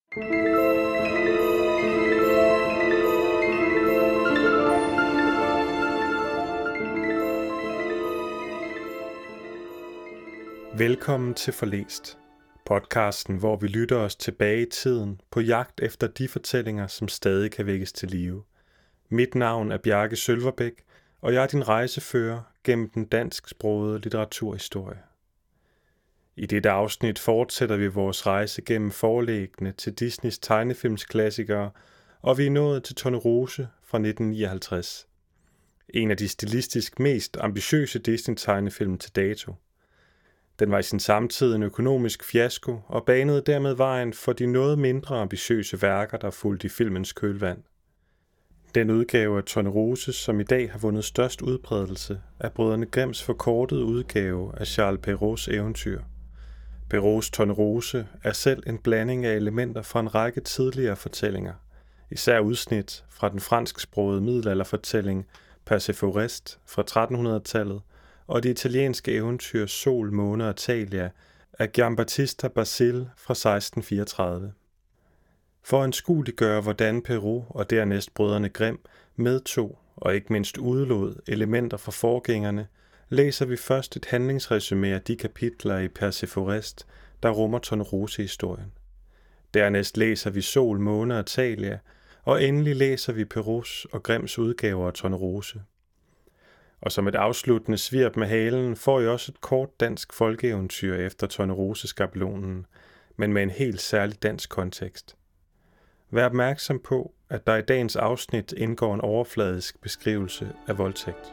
Velkommen til Forlæst, podcasten, hvor vi lytter os tilbage i tiden på jagt efter de fortællinger, som stadig kan vækkes til live. Mit navn er Bjarke Sølverbæk, og jeg er din rejsefører gennem den dansksprogede litteraturhistorie. I dette afsnit fortsætter vi vores rejse gennem forlæggene til Disneys tegnefilmsklassikere, og vi er nået til Tornerose fra 1959. En af de stilistisk mest ambitiøse Disney-tegnefilm til dato. Den var i sin samtid en økonomisk fiasko og banede dermed vejen for de noget mindre ambitiøse værker, der fulgte i filmens kølvand. Den udgave af Tornerose, som i dag har vundet størst udbredelse, er Brødrene Grimms forkortede udgave af Charles Perraults eventyr. Perraults Tornerose er selv en blanding af elementer fra en række tidligere fortællinger, især udsnit fra den fransksprogede middelalderfortælling Perceforest fra 1300-tallet, og det italienske eventyr Sol, Måne og Thalia af Giambattista Basile fra 1634. For at anskueliggøre, hvordan Perrault og dernæst Brødrene Grimm medtog og ikke mindst udelod elementer fra forgængerne, læser vi først et handlingsresumé af de kapitler i Perceforest, der rummer Tornerose-historien. Dernæst læser vi Sol, Måne og Thalia, og endelig læser vi Perraults og Grimms udgaver af Tornerose. Og som et afsluttende svirp med halen får I også et kort dansk folkeeventyr efter Tornerose-skabelonen, men med en helt særlig dansk kontekst. Vær opmærksom på, at der i dagens afsnit indgår en overfladisk beskrivelse af voldtægt.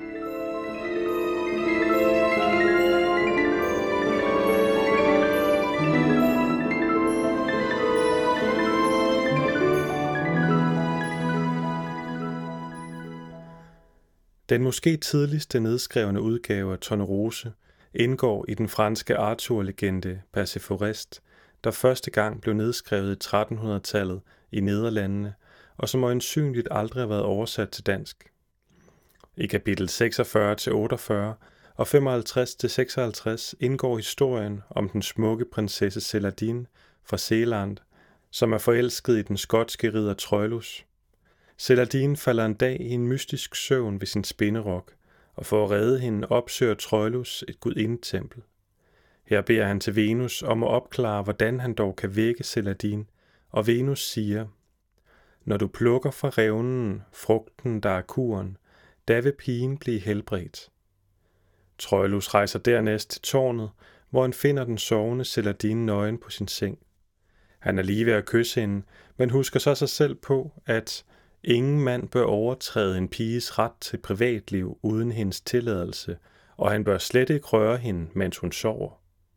Den måske tidligste nedskrevne udgave af Tornerose indgår i den franske Arthur-legende Perceforest, der første gang blev nedskrevet i 1300-tallet i Nederlandene, og som øjensynligt aldrig har været oversat til dansk. I kapitel 46-48 og 55-56 indgår historien om den smukke prinsesse Celadine fra Zeeland, som er forelsket i den skotske ridder Troilus. Celadine falder en dag i en mystisk søvn ved sin spinderok, og for at redde hende opsøger Troilus et gudindetempel. Her beder han til Venus om at opklare, hvordan han dog kan vække Celadine, og Venus siger: "Når du plukker fra revnen frugten, der er kuren, da vil pigen blive helbredt." Troilus rejser dernæst til tårnet, hvor han finder den sovende Celadine nøgen på sin seng. Han er lige ved at kysse hende, men husker så sig selv på, at ingen mand bør overtræde en piges ret til privatliv uden hendes tilladelse, og han bør slet ikke røre hende, mens hun sover.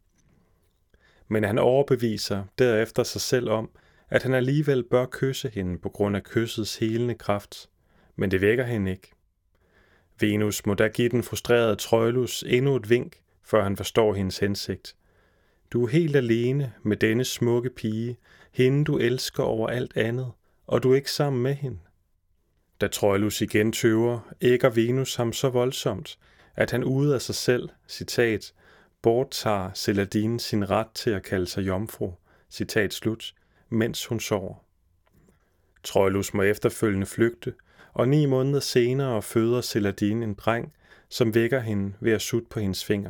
Men han overbeviser derefter sig selv om, at han alligevel bør kysse hende på grund af kyssets helende kraft, men det vækker hende ikke. Venus må da give den frustrerede Troilus endnu et vink, før han forstår hendes hensigt. Du er helt alene med denne smukke pige, hende du elsker over alt andet, og du er ikke sammen med hende. Da Troilus igen tøver, ægger Venus ham så voldsomt, at han ude af sig selv, citat, borttager Celadine sin ret til at kalde sig jomfru, citat slut, mens hun sover. Troilus må efterfølgende flygte, og 9 måneder senere føder Celadine en dreng, som vækker hende ved at sutte på hendes finger.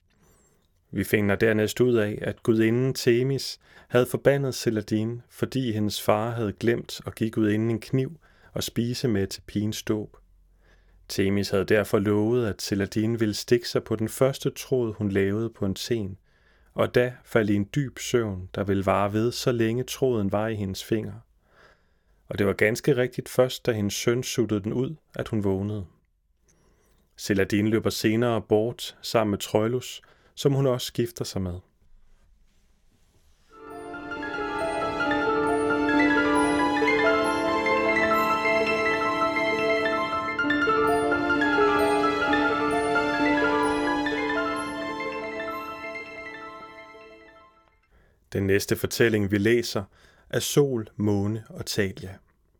Vi finder dernæst ud af, at gudinden Themis havde forbandet Celadine, fordi hendes far havde glemt at give gudinden en kniv og spise med til pigens dåb. Themis havde derfor lovet, at Celadine ville stikke sig på den første tråd, hun lavede på en sten, og da falde i en dyb søvn, der ville vare ved, så længe tråden var i hendes finger. Og det var ganske rigtigt først, da hendes søn suttede den ud, at hun vågnede. Celadine løber senere bort sammen med Troilus, som hun også gifter sig med. Den næste fortælling, vi læser, er Sol, Måne og Thalia.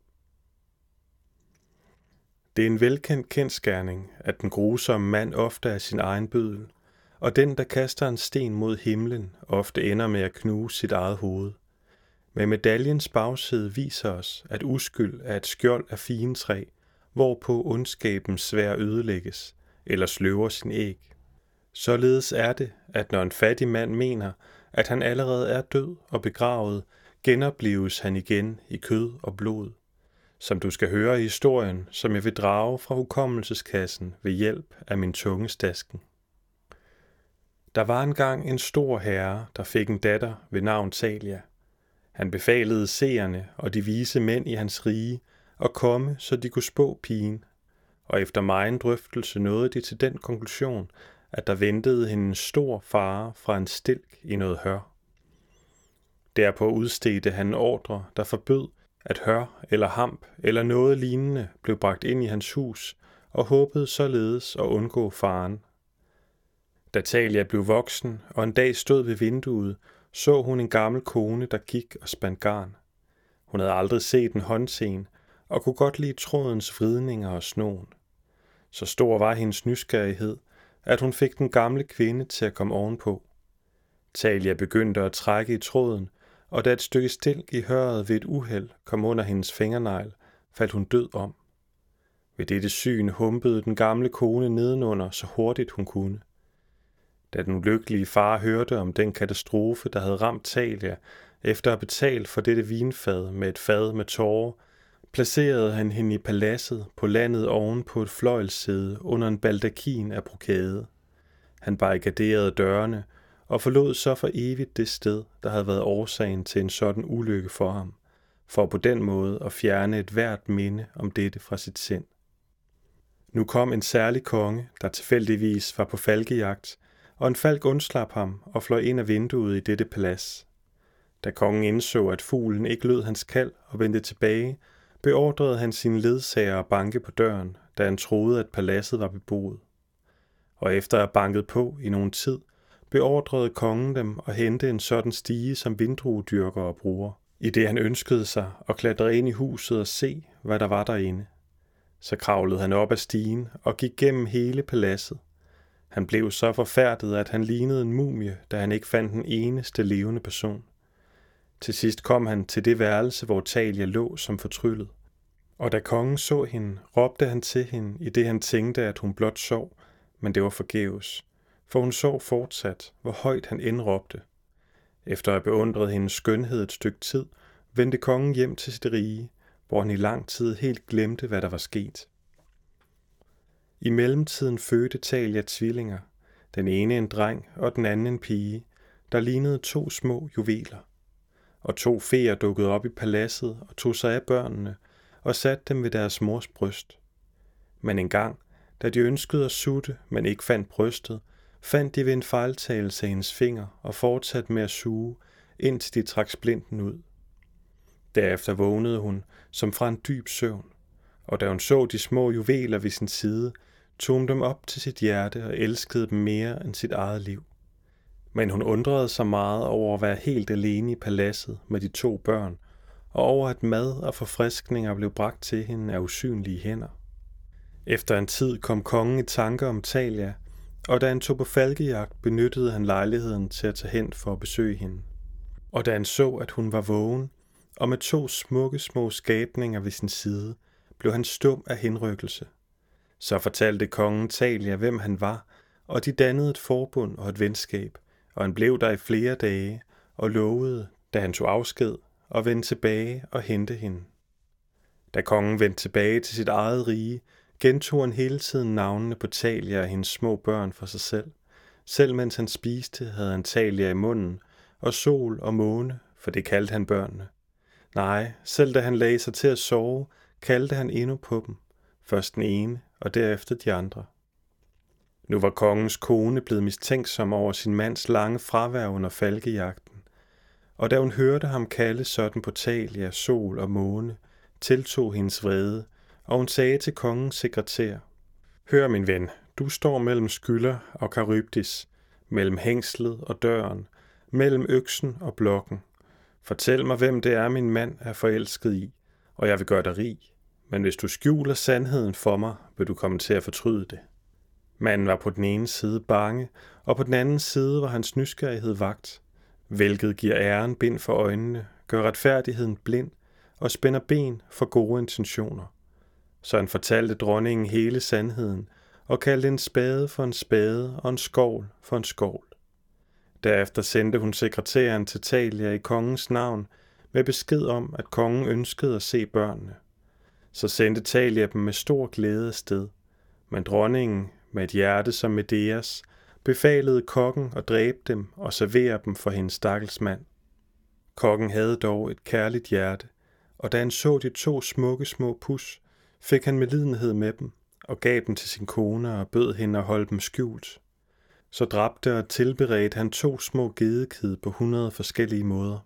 Det er en velkendt kendsgerning, at den grusomme mand ofte er sin egen bøddel, og den, der kaster en sten mod himlen, ofte ender med at knuse sit eget hoved. Men medaljens bagside viser os, at uskyld er et skjold af figentræ, hvorpå ondskabens sværd ødelægges, eller sløver sin æg. Således er det, at når en fattig mand mener, at han allerede er død og begravet, genopleves han igen i kød og blod, som du skal høre i historien, som jeg vil drage fra hukommelseskassen ved hjælp af min tungestasken. Der var engang en stor herre, der fik en datter ved navn Thalia. Han befalede seerne og de vise mænd i hans rige at komme, så de kunne spå pigen, og efter megen drøftelse nåede de til den konklusion, at der ventede hende en stor fare fra en stilk i noget hør. Derpå udstedte han en ordre, der forbød, at hør eller hamp eller noget lignende blev bragt ind i hans hus, og håbede således at undgå faren. Da Thalia blev voksen og en dag stod ved vinduet, så hun en gammel kone, der gik og spandt garn. Hun havde aldrig set en håndsen, og kunne godt lide trådens vridninger og snoen. Så stor var hendes nysgerrighed, at hun fik den gamle kvinde til at komme ovenpå. Thalia begyndte at trække i tråden, og da et stykke stilk i høret ved et uheld kom under hendes fingernegl, faldt hun død om. Ved dette syn humpede den gamle kone nedenunder så hurtigt hun kunne. Da den ulykkelige far hørte om den katastrofe, der havde ramt Thalia, efter at have betalt for dette vinfad med et fad med tårer, placerede han hende i paladset på landet oven på et fløjlssæde under en baldakin af brokade. Han barrikaderede dørene og forlod så for evigt det sted, der havde været årsagen til en sådan ulykke for ham, for på den måde at fjerne et hvert minde om dette fra sit sind. Nu kom en særlig konge, der tilfældigvis var på falkejagt, og en falk undslap ham og fløj ind af vinduet i dette palads. Da kongen indså, at fuglen ikke lød hans kald og vendte tilbage, beordrede han sine ledsager at banke på døren, da han troede, at paladset var beboet. Og efter at have banket på i nogen tid, beordrede kongen dem at hente en sådan stige, som vindruedyrkere bruger, i det han ønskede sig at klatre ind i huset og se, hvad der var derinde. Så kravlede han op ad stigen og gik gennem hele paladset. Han blev så forfærdet, at han lignede en mumie, da han ikke fandt den eneste levende person. Til sidst kom han til det værelse, hvor Thalia lå som fortryllet. Og da kongen så hende, råbte han til hende, i det han tænkte, at hun blot sov, men det var forgæves, for hun sov fortsat, hvor højt han end råbte. Efter at have beundret hendes skønhed et stykke tid, vendte kongen hjem til sit rige, hvor han i lang tid helt glemte, hvad der var sket. I mellemtiden fødte Thalia tvillinger, den ene en dreng og den anden en pige, der lignede 2 små juveler. Og 2 feer dukkede op i paladset og tog sig af børnene og satte dem ved deres mors bryst. Men engang, da de ønskede at sutte, men ikke fandt brystet, fandt de ved en fejltagelse hendes finger og fortsatte med at suge, indtil de trak splinten ud. Derefter vågnede hun, som fra en dyb søvn, og da hun så de små juveler ved sin side, tog hun dem op til sit hjerte og elskede dem mere end sit eget liv. Men hun undrede sig meget over at være helt alene i paladset med de 2 børn, og over at mad og forfriskninger blev bragt til hende af usynlige hænder. Efter en tid kom kongen i tanker om Thalia, og da han tog på falkejagt, benyttede han lejligheden til at tage hen for at besøge hende. Og da han så, at hun var vågen, og med 2 smukke små skabninger ved sin side, blev han stum af henrykkelse. Så fortalte kongen Thalia, hvem han var, og de dannede et forbund og et venskab, og han blev der i flere dage og lovede, da han tog afsked, at vende tilbage og hente hende. Da kongen vendte tilbage til sit eget rige, gentog han hele tiden navnene på Thalia og hendes små børn for sig selv. Selv mens han spiste, havde han Thalia i munden, og sol og måne, for det kaldte han børnene. Nej, selv da han lagde sig til at sove, kaldte han endnu på dem, først den ene og derefter de andre. Nu var kongens kone blevet mistænksom over sin mands lange fravær under falkejagten, og da hun hørte ham kalde sådan på Thalia, sol og måne, tiltog hendes vrede, og hun sagde til kongens sekretær: Hør, min ven, du står mellem Skylla og Charybdis, mellem hængslet og døren, mellem øksen og blokken. Fortæl mig, hvem det er, min mand er forelsket i, og jeg vil gøre dig rig. Men hvis du skjuler sandheden for mig, vil du komme til at fortryde det. Manden var på den ene side bange, og på den anden side var hans nysgerrighed vagt, hvilket giver æren bind for øjnene, gør retfærdigheden blind og spænder ben for gode intentioner. Så han fortalte dronningen hele sandheden og kaldte en spade for en spade og en skovl for en skovl. Derefter sendte hun sekretæren til Thalia i kongens navn med besked om, at kongen ønskede at se børnene. Så sendte Thalia dem med stor glæde afsted, men dronningen, med et hjerte som Medeas, befalede kokken at dræbe dem og servere dem for hendes stakkels mand. Kokken havde dog et kærligt hjerte, og da han så de 2 smukke små pus, fik han medlidenhed med dem og gav dem til sin kone og bød hende at holde dem skjult. Så dræbte og tilberedte han 2 små gedekid på 100 forskellige måder.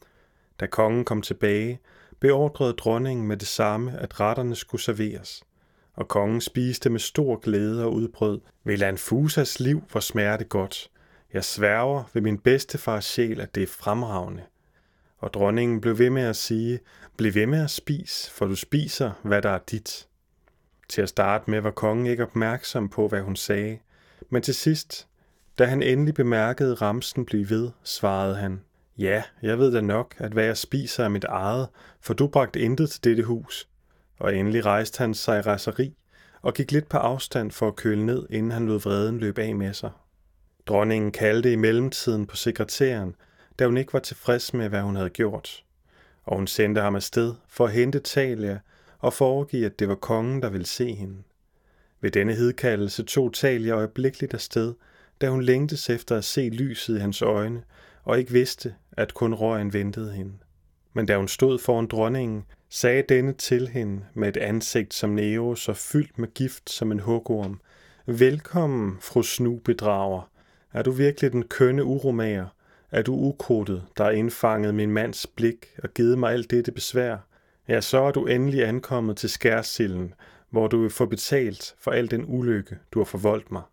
Da kongen kom tilbage, beordrede dronningen med det samme, at retterne skulle serveres, og kongen spiste med stor glæde og udbrød: Velanfusas liv var smerte godt. Jeg sværger ved min bedstefars sjæl, at det er fremragende. Og dronningen blev ved med at sige: Bliv ved med at spise, for du spiser, hvad der er dit. Til at starte med var kongen ikke opmærksom på, hvad hun sagde, men til sidst, da han endelig bemærkede ramsen blive ved, svarede han: Ja, jeg ved da nok, at hvad jeg spiser er mit eget, for du bragte intet til dette hus. Og endelig rejste han sig i raseri og gik lidt på afstand for at køle ned, inden han lod vreden løbe af med sig. Dronningen kaldte i mellemtiden på sekretæren, da hun ikke var tilfreds med, hvad hun havde gjort. Og hun sendte ham afsted for at hente Thalia og foregive, at det var kongen, der ville se hende. Ved denne hidkaldelse tog Thalia øjeblikkeligt afsted, da hun længtes efter at se lyset i hans øjne, og ikke vidste, at kun røgen ventede hende. Men da hun stod foran dronningen, sagde denne til hende med et ansigt som Neos og fyldt med gift som en hugorm: Velkommen, fru Snubedrager. Er du virkelig den kønne uromager? Er du ukrudtet, der har indfanget min mands blik og givet mig alt dette besvær? Ja, så er du endelig ankommet til Skærsilden, hvor du vil få betalt for al den ulykke, du har forvoldt mig.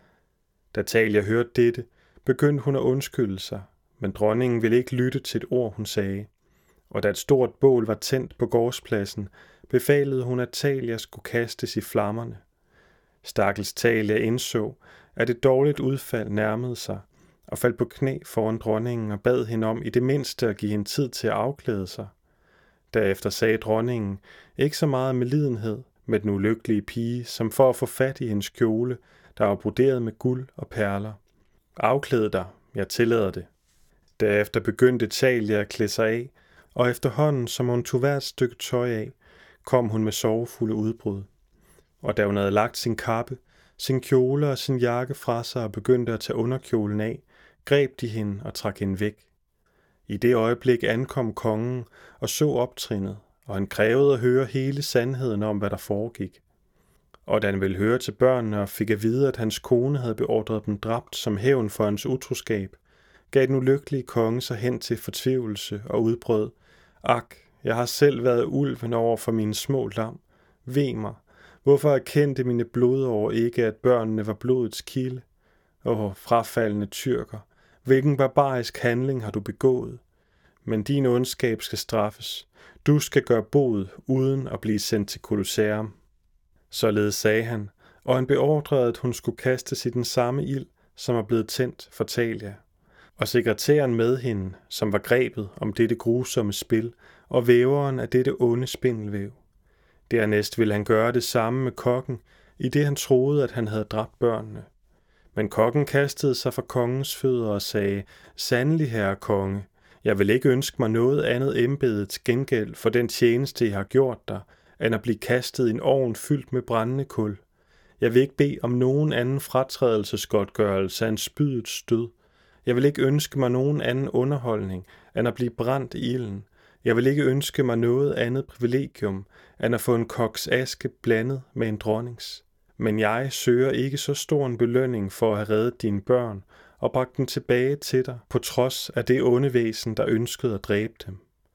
Da Thalia hørte dette, begyndte hun at undskylde sig, men dronningen ville ikke lytte til et ord, hun sagde. Og da et stort bål var tændt på gårdspladsen, befalede hun, at Thalia skulle kastes i flammerne. Stakkels Thalia indså, at et dårligt udfald nærmede sig, og faldt på knæ foran dronningen og bad hende om i det mindste at give hende tid til at afklæde sig. Derefter sagde dronningen, ikke så meget med lidenhed med den ulykkelige pige, som for at få fat i hendes kjole, der var broderet med guld og perler: Afklæd dig, jeg tillader det. Derefter begyndte Thalia at klæde sig af, og efterhånden, som hun tog hvert stykke tøj af, kom hun med sorgfulde udbrud. Og da hun havde lagt sin kappe, sin kjole og sin jakke fra sig og begyndte at tage underkjolen af, greb de hende og trak hende væk. I det øjeblik ankom kongen og så optrinnet, og han krævede at høre hele sandheden om, hvad der foregik. Og da han ville høre til børnene og fik at vide, at hans kone havde beordret dem dræbt som hævn for hans utroskab, gav den ulykkelige konge sig hen til fortvivlelse og udbrød: Ak, jeg har selv været ulven over for mine små lam. Ve mig, hvorfor erkendte mine blodår ikke, at børnene var blodets kilde? Frafaldne tyrker, hvilken barbarisk handling har du begået? Men din ondskab skal straffes. Du skal gøre bod uden at blive sendt til Colosseum. Således sagde han, og han beordrede, at hun skulle kastes i den samme ild, som er blevet tændt for Thalia. Og sekretæren med hende, som var grebet om dette grusomme spil, og væveren af dette onde spindelvæv. Dernæst ville han gøre det samme med kokken, i det han troede, at han havde dræbt børnene. Men kokken kastede sig fra kongens fødder og sagde: Sandelig, herre konge, jeg vil ikke ønske mig noget andet embede til gengæld for den tjeneste, jeg har gjort dig, end at blive kastet i en ovn fyldt med brændende kul. Jeg vil ikke bede om nogen anden fratrædelsesgodtgørelse end spydets stød. Jeg vil ikke ønske mig nogen anden underholdning, end at blive brændt i ilden. Jeg vil ikke ønske mig noget andet privilegium, end at få en koks aske blandet med en dronnings. Men jeg søger ikke så stor en belønning for at have reddet dine børn og bragt dem tilbage til dig, på trods af det onde væsen, der ønskede at dræbe dem.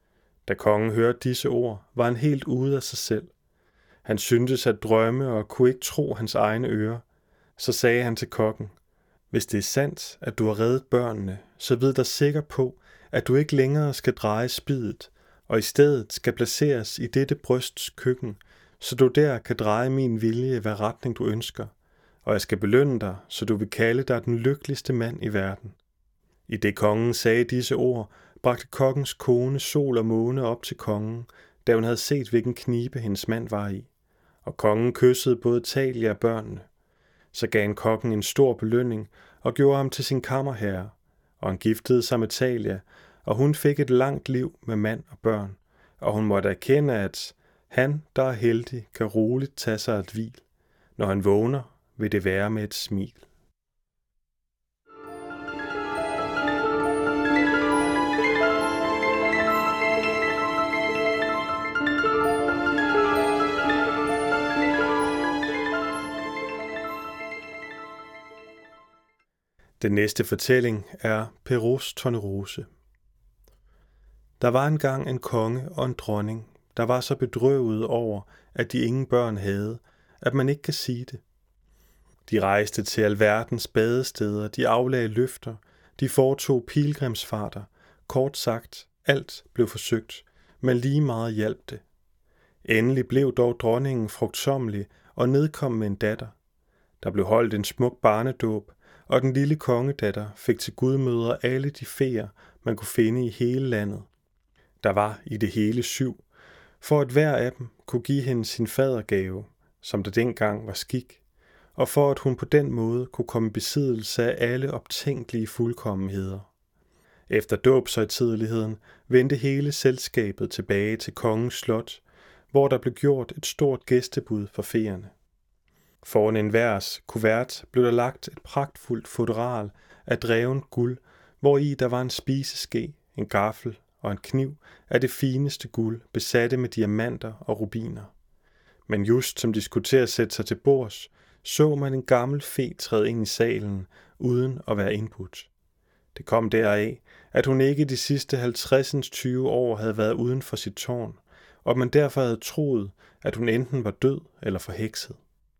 Da kongen hørte disse ord, var han helt ude af sig selv. Han syntes at drømme og kunne ikke tro hans egne ører. Så sagde han til kokken: Hvis det er sandt, at du har reddet børnene, så vid dig sikker på, at du ikke længere skal dreje spidet, og i stedet skal placeres i dette brysts køkken, så du der kan dreje min vilje i hvad retning du ønsker, og jeg skal belønne dig, så du vil kalde dig den lykkeligste mand i verden. I det kongen sagde disse ord, bragte kokkens kone sol og måne op til kongen, da hun havde set, hvilken knibe hendes mand var i. Og kongen kyssede både Thalia og børnene. Så gav han kokken en stor belønning og gjorde ham til sin kammerherre, og han giftede sig med Thalia, og hun fik et langt liv med mand og børn, og hun måtte erkende, at han, der er heldig, kan roligt tage sig et hvil. Når han vågner, vil det være med et smil. Den næste fortælling er Perraults Tornerose. Der var engang en konge og en dronning, der var så bedrøvet over, at de ingen børn havde, at man ikke kan sige det. De rejste til alverdens badesteder, de aflagde løfter, de foretog pilgrimsfarter. Kort sagt, alt blev forsøgt, men lige meget hjalp det. Endelig blev dog dronningen frugtsommelig og nedkom med en datter. Der blev holdt en smuk barnedåb, og den lille kongedatter fik til gudmødre alle de feer, man kunne finde i hele landet. Der var i det hele 7, for at hver af dem kunne give hende sin fadergave, som der dengang var skik, og for at hun på den måde kunne komme i besiddelse af alle optænkelige fuldkommenheder. Efter dåbshøjtideligheden vendte hele selskabet tilbage til kongens slot, hvor der blev gjort et stort gæstebud for feerne. Foran enhvers kuvert blev der lagt et pragtfuldt fodral af dreven guld, hvori der var en spiseske, en gaffel og en kniv af det fineste guld, besatte med diamanter og rubiner. Men just som de skulle til at sætte sig til bords, så man en gammel fe træde ind i salen, uden at være indbudt. Det kom deraf, at hun ikke de sidste 50-20 år havde været uden for sit tårn, og man derfor havde troet, at hun enten var død eller forhekset.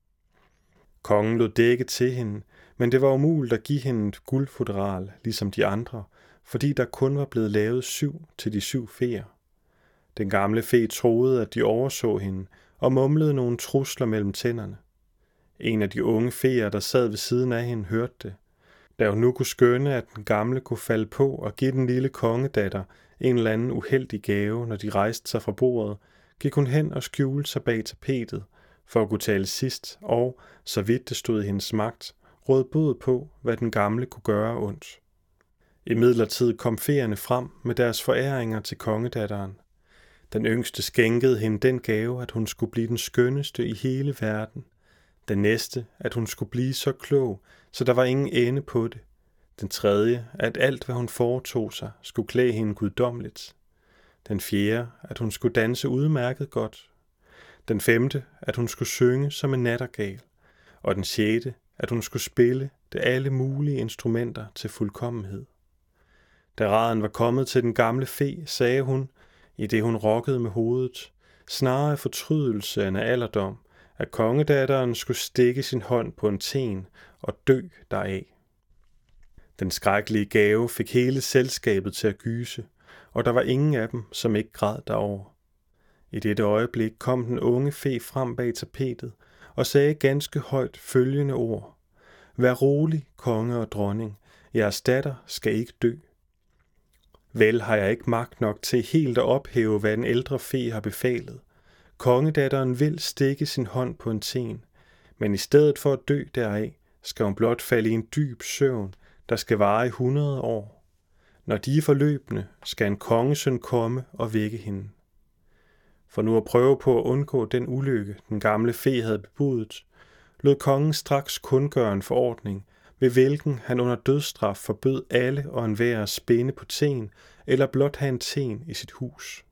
Kongen lod dække til hende, men det var umuligt at give hende et guldfodral, ligesom de andre, fordi der kun var blevet lavet 7 til de 7 feer. Den gamle fe troede, at de overså hende, og mumlede nogle trusler mellem tænderne. En af de unge feer, der sad ved siden af hende, hørte det. Da hun nu kunne skønne, at den gamle kunne falde på og give den lille kongedatter en eller anden uheldig gave, når de rejste sig fra bordet, gik hun hen og skjulte sig bag tapetet, for at kunne tale sidst og, så vidt det stod i hendes magt, råd bod på, hvad den gamle kunne gøre ondt. Imidlertid kom feerne frem med deres foræringer til kongedatteren. Den yngste skænkede hende den gave, at hun skulle blive den skønneste i hele verden. Den næste, at hun skulle blive så klog, så der var ingen ende på det. Den tredje, at alt, hvad hun foretog sig, skulle klæde hende guddommeligt. Den fjerde, at hun skulle danse udmærket godt. Den femte, at hun skulle synge som en nattergal. Og den sjette, at hun skulle spille det alle mulige instrumenter til fuldkommenhed. Da raden var kommet til den gamle fe, sagde hun, i det hun rokkede med hovedet, snarere fortrydelse end af alderdom, at kongedatteren skulle stikke sin hånd på en ten og dø deraf. Den skrækkelige gave fik hele selskabet til at gyse, og der var ingen af dem, som ikke græd derover. I dette øjeblik kom den unge fe frem bag tapetet og sagde ganske højt følgende ord: Vær rolig, konge og dronning, jeres datter skal ikke dø. Vel har jeg ikke magt nok til helt at ophæve, hvad en ældre fe har befalet. Kongedatteren vil stikke sin hånd på en ten, men i stedet for at dø deraf, skal hun blot falde i en dyb søvn, der skal vare i 100 år. Når de er forløbende, skal en kongesøn komme og vække hende. For nu at prøve på at undgå den ulykke, den gamle fe havde bebudet, lod kongen straks kundgøre en forordning, ved hvilken han under dødsstraf forbød alle og enhver at spænde på ten, eller blot have en ten i sit hus.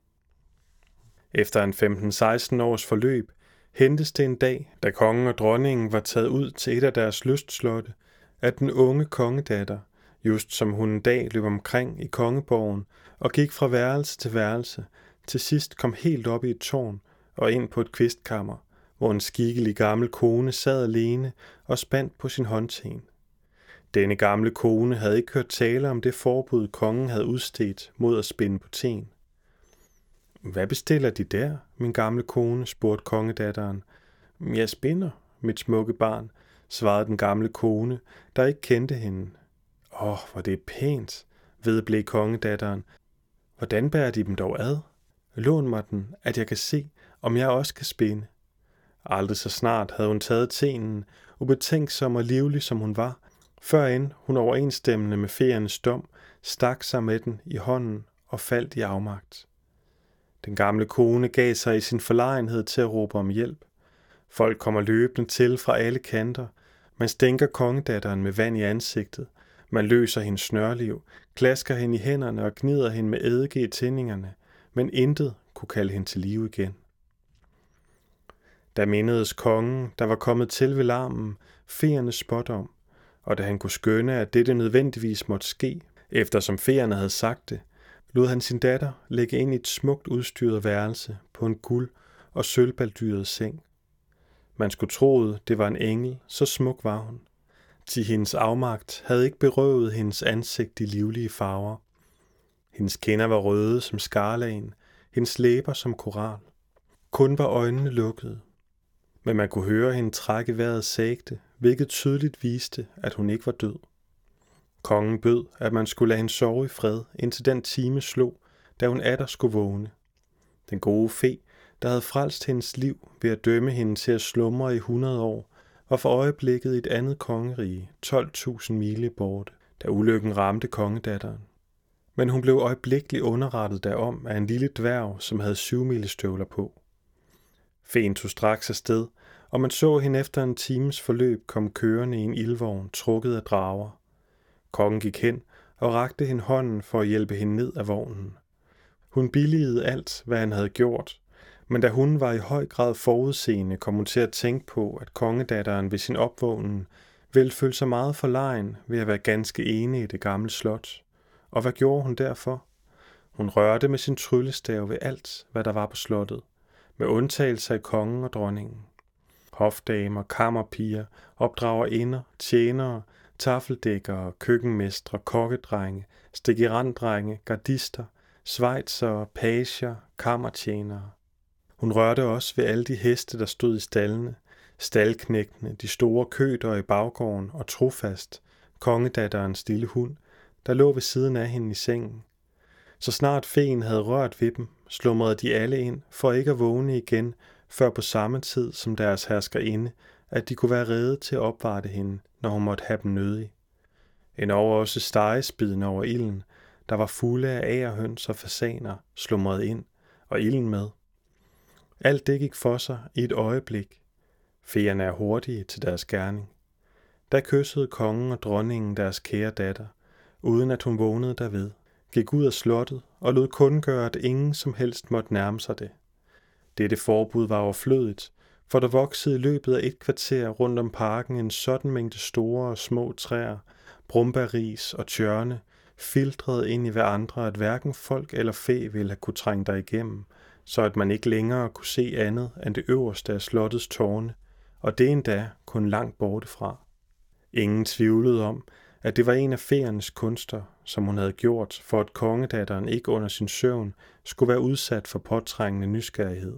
Efter en 15-16 års forløb, hentes det en dag, da kongen og dronningen var taget ud til et af deres lystslotte, at den unge kongedatter, just som hun en dag løb omkring i kongeborgen og gik fra værelse til værelse, til sidst kom helt op i et tårn og ind på et kvistkammer, hvor en skikkelig gammel kone sad alene og spændt på sin håndten. Denne gamle kone havde ikke hørt tale om det forbud, kongen havde udstedt mod at spænde på ten. Hvad bestiller de der, min gamle kone, spurgte kongedatteren. Jeg spinder, mit smukke barn, svarede den gamle kone, der ikke kendte hende. Hvor det er pænt, vedblev kongedatteren. Hvordan bærer de dem dog ad? Lån mig den, at jeg kan se, om jeg også kan spinde. Aldrig så snart havde hun taget tenen, ubetænksom og livlig som hun var, førend hun overensstemmende med feernes dom stak sig med den i hånden og faldt i afmagt. Den gamle kone gav sig i sin forlegenhed til at råbe om hjælp. Folk kommer løbende til fra alle kanter. Man stænker kongedatteren med vand i ansigtet. Man løser hendes snørliv, klasker hende i hænderne og gnider hende med eddike i tændingerne, men intet kunne kalde hende til live igen. Da mindedes kongen, der var kommet til ved larmen, feernes spådom, og da han kunne skønne, at dette nødvendigvis måtte ske, eftersom feerne havde sagt det, lod han sin datter lægge ind i et smukt udstyret værelse på en guld- og sølvbaldyret seng. Man skulle troet, det var en engel, så smuk var hun. Til hendes afmagt havde ikke berøvet hendes ansigt i livlige farver. Hendes kinder var røde som skarlagen, hendes læber som koral. Kun var øjnene lukkede. Men man kunne høre hende trække vejret sagte, hvilket tydeligt viste, at hun ikke var død. Kongen bød, at man skulle lade hende sove i fred, indtil den time slog, da hun atter skulle vågne. Den gode fe, der havde frelst hendes liv ved at dømme hende til at slumre i 100 år, var for øjeblikket i et andet kongerige, 12.000 mile borte, da ulykken ramte kongedatteren. Men hun blev øjeblikkeligt underrettet derom af en lille dværg, som havde 7-milestøvler på. Feen tog straks afsted, og man så hende efter en times forløb komme kørende i en ildvogn trukket af drager. Kongen gik hen og rakte hende hånden for at hjælpe hende ned af vognen. Hun billigede alt, hvad han havde gjort, men da hun var i høj grad forudseende, kom hun til at tænke på, at kongedatteren ved sin opvågnen ville føle sig meget forlegen ved at være ganske ene i det gamle slot. Og hvad gjorde hun derfor? Hun rørte med sin tryllestav ved alt, hvad der var på slottet, med undtagelse af kongen og dronningen. Hofdamer, kammerpiger, opdragerinder, tjenere, tafeldækkere, køkkenmestre, kokkedrenge, stikkeranddrenge, gardister, schweizere, pager, kammertjenere. Hun rørte også ved alle de heste, der stod i staldene, staldknægtene, de store køter i baggården og trofast, kongedatterens lille hund, der lå ved siden af hende i sengen. Så snart feen havde rørt ved dem, slumrede de alle ind for ikke at vågne igen, før på samme tid som deres herskerinde, at de kunne være rede til at opvarte hende, når hun måtte have dem nødig. Endog også stegespiden over ilden, der var fulde af agerhøns og fasaner, slumrede ind, og ilden med. Alt det gik for sig i et øjeblik. Feerne er hurtige til deres gerning. Da kyssede kongen og dronningen deres kære datter, uden at hun vågnede derved, gik ud af slottet og lod kun gøre, at ingen som helst måtte nærme sig det. Dette forbud var overflødigt, for der voksede i løbet af et kvarter rundt om parken en sådan mængde store og små træer, brumbærris og tjørne, filtrede ind i hverandre, at hverken folk eller fe ville have kunne trænge der igennem, så at man ikke længere kunne se andet end det øverste af slottets tårne, og det endda kun langt bortefra. Ingen tvivlede om, at det var en af feernes kunster, som hun havde gjort, for at kongedatteren ikke under sin søvn skulle være udsat for påtrængende nysgerrighed.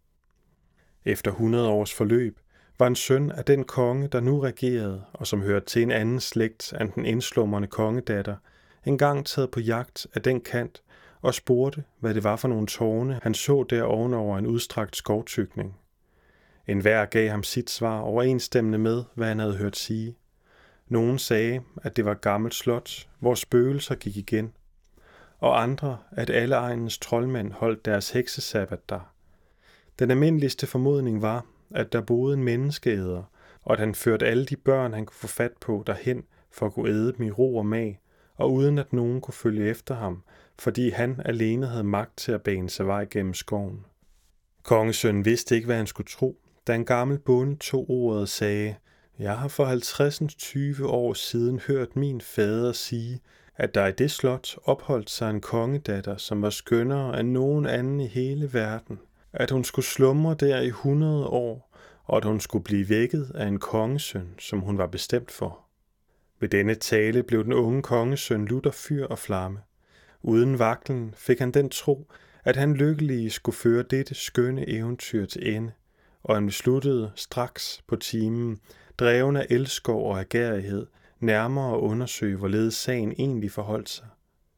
Efter 100 års forløb var en søn af den konge, der nu regerede, og som hørte til en anden slægt end den indslumrende kongedatter, engang taget på jagt af den kant og spurgte, hvad det var for nogle tårne, han så der ovenover en udstrakt skovtykning. Enhver gav ham sit svar overensstemmende med, hvad han havde hørt sige. Nogen sagde, at det var et gammelt slot, hvor spøgelser gik igen, og andre, at alle egnens troldmænd holdt deres heksesabbat der. Den almindeligste formodning var, at der boede en menneskeæder, og at han førte alle de børn, han kunne få fat på, derhen for at kunne æde dem i ro og mag, og uden at nogen kunne følge efter ham, fordi han alene havde magt til at bane sig vej gennem skoven. Kongesønnen vidste ikke, hvad han skulle tro, da en gammel bonde tog ordet og sagde: Jeg har for 50-20 år siden hørt min fader sige, at der i det slot opholdt sig en kongedatter, som var skønnere end nogen anden i hele verden, at hun skulle slumre der i 100 år, og at hun skulle blive vækket af en kongesøn, som hun var bestemt for. Ved denne tale blev den unge kongesøn lutter fyr og flamme. Uden vaklen fik han den tro, at han lykkelige skulle føre dette skønne eventyr til ende, og han besluttede straks på timen, dreven af elskov og agerighed, nærmere at undersøge, hvorledes sagen egentlig forholdt sig.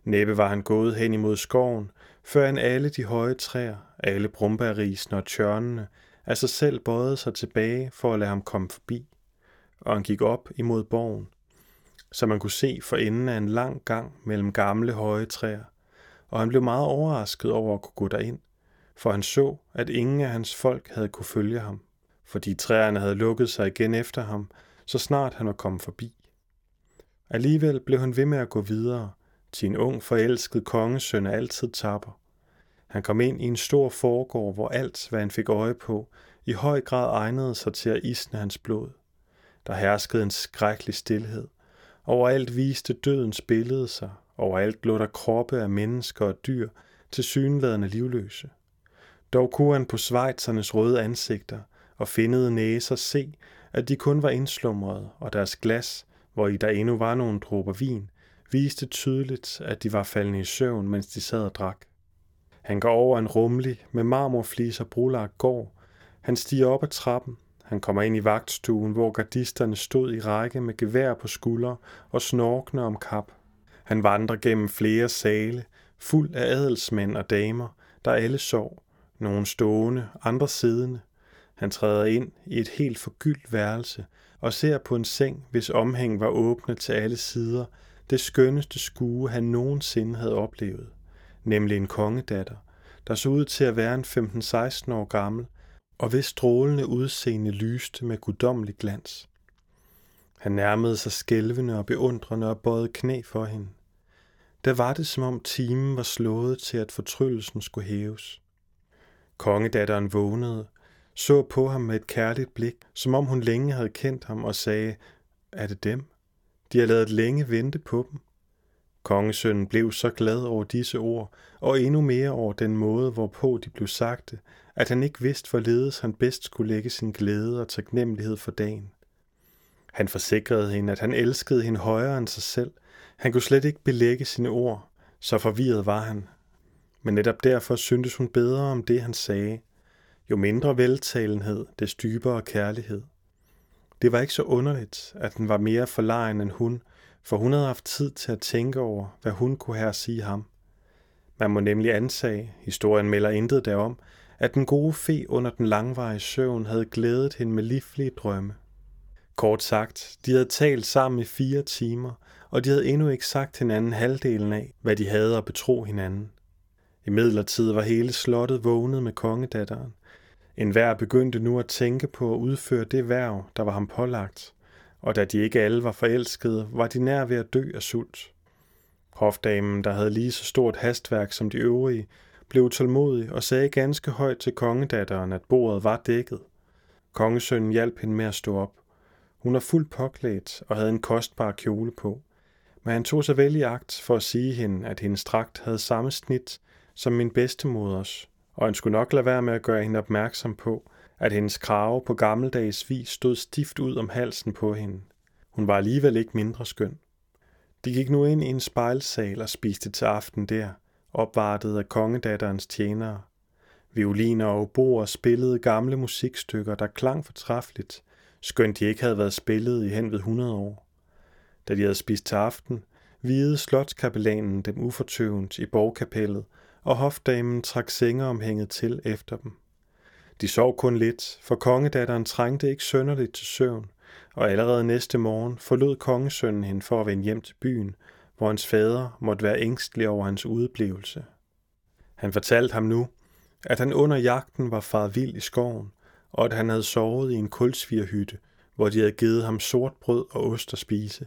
Næppe var han gået hen imod skoven, før alle de høje træer, alle brombærrisene og tjørnene, af sig selv bøjede sig tilbage for at lade ham komme forbi, og han gik op imod borgen, så man kunne se for enden af en lang gang mellem gamle høje træer, og han blev meget overrasket over at kunne gå derind, for han så, at ingen af hans folk havde kunne følge ham, fordi træerne havde lukket sig igen efter ham, så snart han var kommet forbi. Alligevel blev han ved med at gå videre, til en ung forelsket kongesøn er altid tapper. Han kom ind i en stor forgård, hvor alt, hvad han fik øje på, i høj grad egnede sig til at isne hans blod. Der herskede en skrækkelig stilhed. Overalt viste dødens billede sig. Overalt lå der kroppe af mennesker og dyr, tilsyneladende livløse. Dog kunne han på schweizernes røde ansigter og findede næser se, at de kun var indslumrede, og deres glas, hvor i der endnu var nogle dråber vin, viste tydeligt, at de var faldende i søvn, mens de sad og drak. Han går over en rummelig, med marmorfliser brolagt gård. Han stiger op ad trappen. Han kommer ind i vagtstuen, hvor gardisterne stod i række med gevær på skulder og snorkende om kap. Han vandrer gennem flere sale, fuld af adelsmænd og damer, der alle sov, nogle stående, andre siddende. Han træder ind i et helt forgyldt værelse og ser på en seng, hvis omhæng var åbne til alle sider, det skønneste skue, han nogensinde havde oplevet, nemlig en kongedatter, der så ud til at være en 15-16 år gammel, og hvis strålende udseende lyste med guddommelig glans. Han nærmede sig skælvende og beundrende og bøjede knæ for hende. Der var det, som om timen var slået til, at fortryllelsen skulle hæves. Kongedatteren vågnede, så på ham med et kærligt blik, som om hun længe havde kendt ham, og sagde, er det dem? De har ladet længe vente på dem. Kongesønnen blev så glad over disse ord, og endnu mere over den måde, hvorpå de blev sagte, at han ikke vidste, hvorledes han bedst skulle lægge sin glæde og taknemmelighed for dagen. Han forsikrede hende, at han elskede hende højere end sig selv. Han kunne slet ikke belægge sine ord, så forvirret var han. Men netop derfor syntes hun bedre om det, han sagde. Jo mindre veltalenhed, des dybere kærlighed. Det var ikke så underligt, at den var mere forlegen end hun, for hun havde haft tid til at tænke over, hvad hun kunne have at sige ham. Man må nemlig antage, historien melder intet derom, at den gode fe under den langvarige søvn havde glædet hende med livlige drømme. Kort sagt, de havde talt sammen i 4 timer, og de havde endnu ikke sagt hinanden halvdelen af, hvad de havde at betro hinanden. Imidlertid var hele slottet vågnet med kongedatteren. Enhver begyndte nu at tænke på at udføre det hverv, der var ham pålagt, og da de ikke alle var forelskede, var de nær ved at dø af sult. Hofdamen, der havde lige så stort hastværk som de øvrige, blev utålmodig og sagde ganske højt til kongedatteren, at bordet var dækket. Kongesønnen hjalp hende med at stå op. Hun var fuldt påklædt og havde en kostbar kjole på, men han tog sig vel i agt for at sige hende, at hendes dragt havde samme snit som min bedstemoders, og han skulle nok lade være med at gøre hende opmærksom på, at hendes krave på gammeldags vis stod stift ud om halsen på hende. Hun var alligevel ikke mindre skøn. De gik nu ind i en spejlsal og spiste til aften der, opvartet af kongedatterens tjenere. Violiner og oboer spillede gamle musikstykker, der klang fortræffeligt, skønt de ikke havde været spillet i hen ved 100 år. Da de havde spist til aften, viede slotskapellanen dem ufortøvent i borgkapellet, og hofdamen trak sengeomhænget til efter dem. De sov kun lidt, for kongedatteren trængte ikke synderligt til søvn, og allerede næste morgen forlod kongesønnen hende for at vende hjem til byen, hvor hans fader måtte være ængstelig over hans udeblivelse. Han fortalte ham nu, at han under jagten var faret vild i skoven, og at han havde sovet i en kulsviderhytte, hvor de havde givet ham sort brød og ost at spise.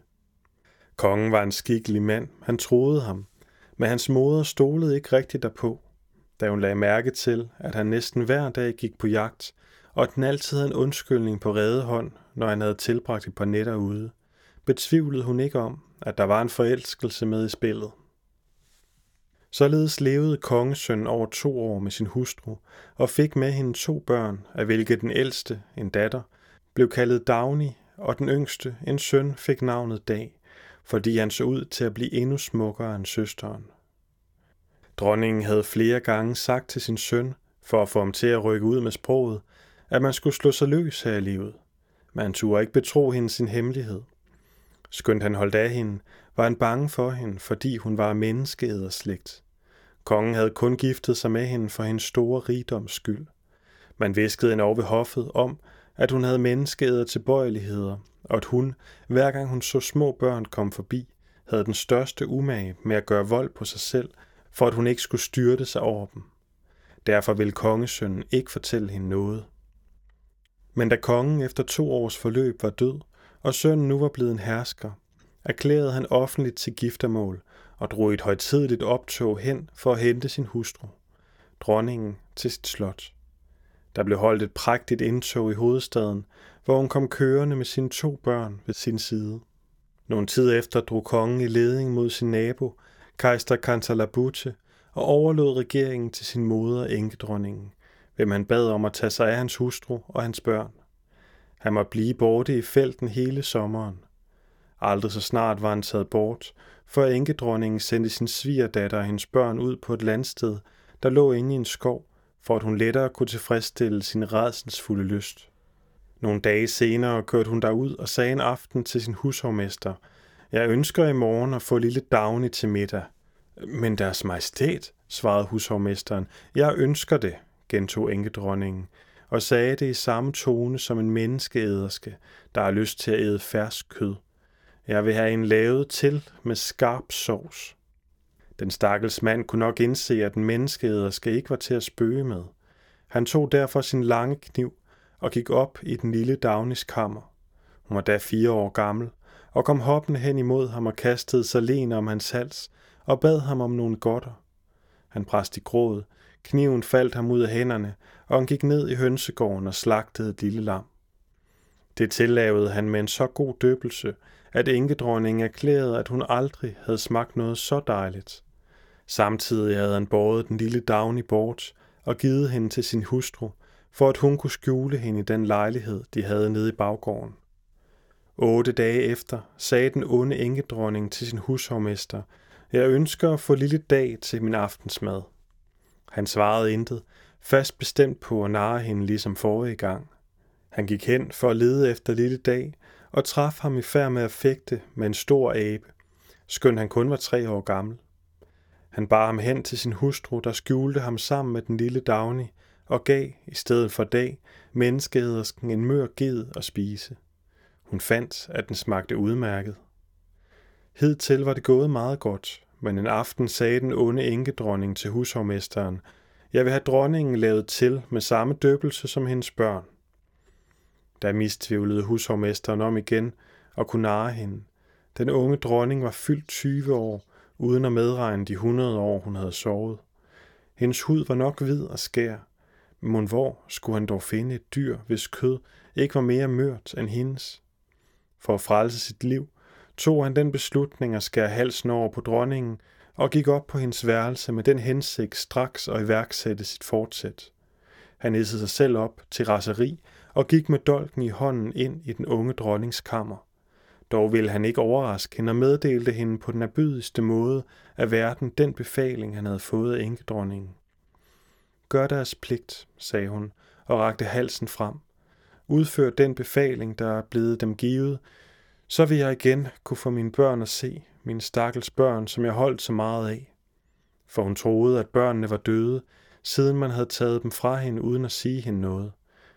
Kongen var en skikkelig mand, han troede ham, men hans moder stolede ikke rigtigt derpå, da hun lagde mærke til, at han næsten hver dag gik på jagt, og at den altid havde en undskyldning på rede hånd, når han havde tilbragt et par nætter ude. Betvivlede hun ikke om, at der var en forelskelse med i spillet. Således levede kongesønnen over 2 år med sin hustru, og fik med hende 2 børn, af hvilke den ældste, en datter, blev kaldet Dagny, og den yngste, en søn, fik navnet Dag, fordi han så ud til at blive endnu smukkere end søsteren. Dronningen havde flere gange sagt til sin søn, for at få ham til at rykke ud med sproget, at man skulle slå sig løs her i livet, men han turde ikke betro hende sin hemmelighed. Skønt han holdt af hende, var han bange for hende, fordi hun var af menneskeæderslægt. Kongen havde kun giftet sig med hende for hendes store rigdoms skyld. Man hviskede endog ved hoffet om, at hun havde menneskeæder tilbøjeligheder, og at hun, hver gang hun så små børn komme forbi, havde den største umage med at gøre vold på sig selv, for at hun ikke skulle styrte sig over dem. Derfor ville kongesønnen ikke fortælle hende noget. Men da kongen efter 2 års forløb var død, og sønnen nu var blevet en hersker, erklærede han offentligt til giftermål og drog et højtideligt optog hen for at hente sin hustru, dronningen, til sit slot. Der blev holdt et prægtigt indtog i hovedstaden, hvor hun kom kørende med sine 2 børn ved sin side. Nogle tid efter drog kongen i leding mod sin nabo, kejser Kantalabute, og overlod regeringen til sin moder enkedronningen, hvem han bad om at tage sig af hans hustru og hans børn. Han måtte blive borte i felten hele sommeren. Aldrig så snart var han taget bort, for enkedronningen sendte sin svigerdatter og hendes børn ud på et landsted, der lå inde i en skov, for at hun lettere kunne tilfredsstille sin rædselsfulde lyst. Nogle dage senere kørte hun derud og sagde en aften til sin hushovmester: "Jeg ønsker i morgen at få lille Dagny til middag." "Men deres majestæt," svarede hushovmesteren. "Jeg ønsker det," gentog enkedronningen, og sagde det i samme tone som en menneskeæderske, der har lyst til at æde fersk kød. "Jeg vil have en lavet til med skarp sovs." Den stakkels mand kunne nok indse, at en menneskeæderske ikke var til at spøge med. Han tog derfor sin lange kniv og gik op i den lille Dagnys kammer. Hun var da 4 år gammel, og kom hoppende hen imod ham og kastede sig lene om hans hals og bad ham om nogle godter. Han brast i gråd, kniven faldt ham ud af hænderne, og han gik ned i hønsegården og slagtede et lille lam. Det tillavede han med en så god døbelse, at enkedronningen erklærede, at hun aldrig havde smagt noget så dejligt. Samtidig havde han båret den lille Dagny bort og givet hende til sin hustru, for at hun kunne skjule hende i den lejlighed, de havde nede i baggården. 8 dage efter sagde den onde enkedronning til sin hushovmester: "Jeg ønsker at få lille Dag til min aftensmad." Han svarede intet, fast bestemt på at narre hende ligesom forrige gang. Han gik hen for at lede efter lille Dag og traf ham i færd med at fægte med en stor abe, skønt han kun var 3 år gammel. Han bar ham hen til sin hustru, der skjulte ham sammen med den lille Dagny, og gav, i stedet for Dag, menneskeædersken en mør ged at spise. Hun fandt, at den smagte udmærket. Hidtil var det gået meget godt, men en aften sagde den onde enkedronning til hushovmesteren: "Jeg vil have dronningen lavet til med samme døbelse som hendes børn." Der mistvivlede hushovmesteren om igen og kunne narre hende. Den unge dronning var fyldt 20 år, uden at medregne de 100 år, hun havde sovet. Hendes hud var nok hvid og skær, men hvor skulle han dog finde et dyr, hvis kød ikke var mere mørt end hendes? For at frelse sit liv tog han den beslutning at skære halsen over på dronningen og gik op på hendes værelse med den hensigt straks at iværksætte sit fortsæt. Han hidsede sig selv op til raseri og gik med dolken i hånden ind i den unge dronnings kammer. Dog ville han ikke overraske hende og meddelte hende på den erbødigste måde af verden den befaling, han havde fået af enkedronningen. "Gør deres pligt," sagde hun og rakte halsen frem. "Udfør den befaling, der er blevet dem givet, så vil jeg igen kunne få mine børn at se, mine stakkels børn, som jeg holdt så meget af." For hun troede, at børnene var døde, siden man havde taget dem fra hende uden at sige hende noget.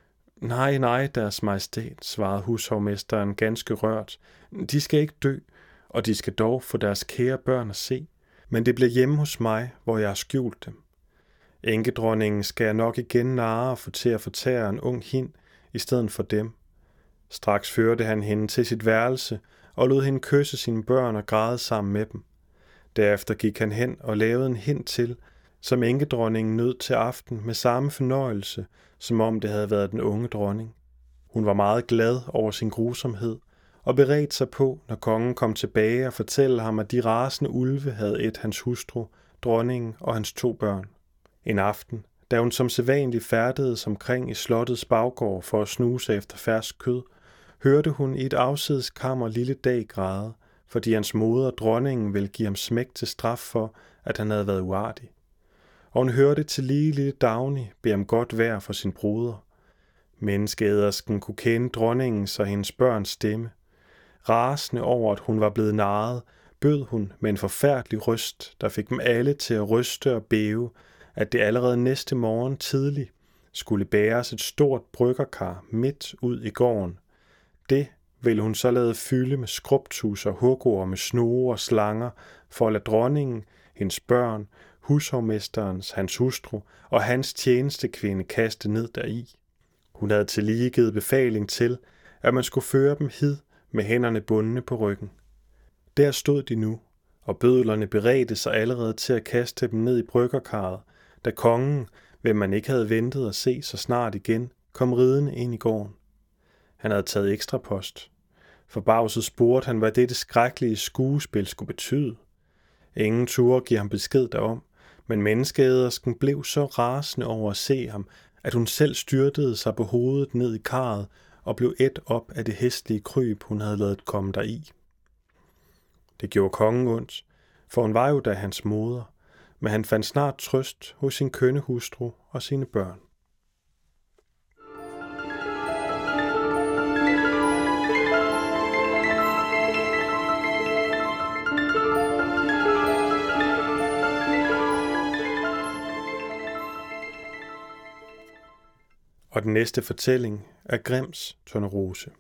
Nej, deres majestæt," svarede hushovmesteren ganske rørt. "De skal ikke dø, og de skal dog få deres kære børn at se, men det bliver hjemme hos mig, hvor jeg har skjult dem. Enkedronningen skal jeg nok igen narre og få til at fortære en ung hind i stedet for dem." Straks førte han hende til sit værelse og lod hende kysse sine børn og græde sammen med dem. Derefter gik han hen og lavede en hind til, som enkedronningen nød til aften med samme fornøjelse, som om det havde været den unge dronning. Hun var meget glad over sin grusomhed og beredte sig på, når kongen kom tilbage og fortælle ham, at de rasende ulve havde ædt hans hustru, dronningen og hans 2 børn. En aften, da hun som sædvanligt færdedes omkring i slottets baggård for at snuse efter fersk kød, hørte hun i et afsides kammer lille Dag græde, fordi hans moder, dronningen, ville give ham smæk til straf for, at han havde været uartig. Og hun hørte til lige lille Dagny bede om godt vejr for sin broder. Menneskeædersken kunne kende dronningens og hendes børns stemme. Rasende over, at hun var blevet narret, bød hun med en forfærdelig røst, der fik dem alle til at ryste og bæve, at det allerede næste morgen tidlig skulle bæres et stort bryggerkar midt ud i gården. Det ville hun så lade fylde med skrubtusser, hugorme, snore og slanger, for at lade dronningen, hendes børn, hushovmesterens, hans hustru og hans tjenestekvinde kaste ned deri. Hun havde tillige givet befaling til, at man skulle føre dem hid med hænderne bundne på ryggen. Der stod de nu, og bødlerne beredte sig allerede til at kaste dem ned i bryggerkarret, da kongen, hvem man ikke havde ventet at se så snart igen, kom ridende ind i gården. Han havde taget ekstra post. Forbavset spurgte han, hvad dette skrækkelige skuespil skulle betyde. Ingen turde give ham besked derom, men menneskeædersken blev så rasende over at se ham, at hun selv styrtede sig på hovedet ned i karret og blev ædt op af det hæslige kryb, hun havde ladet komme deri. Det gjorde kongen ondt, for hun var jo da hans moder, men han fandt snart trøst hos sin kønne hustru og sine børn. Og den næste fortælling er Grimms Tornerose.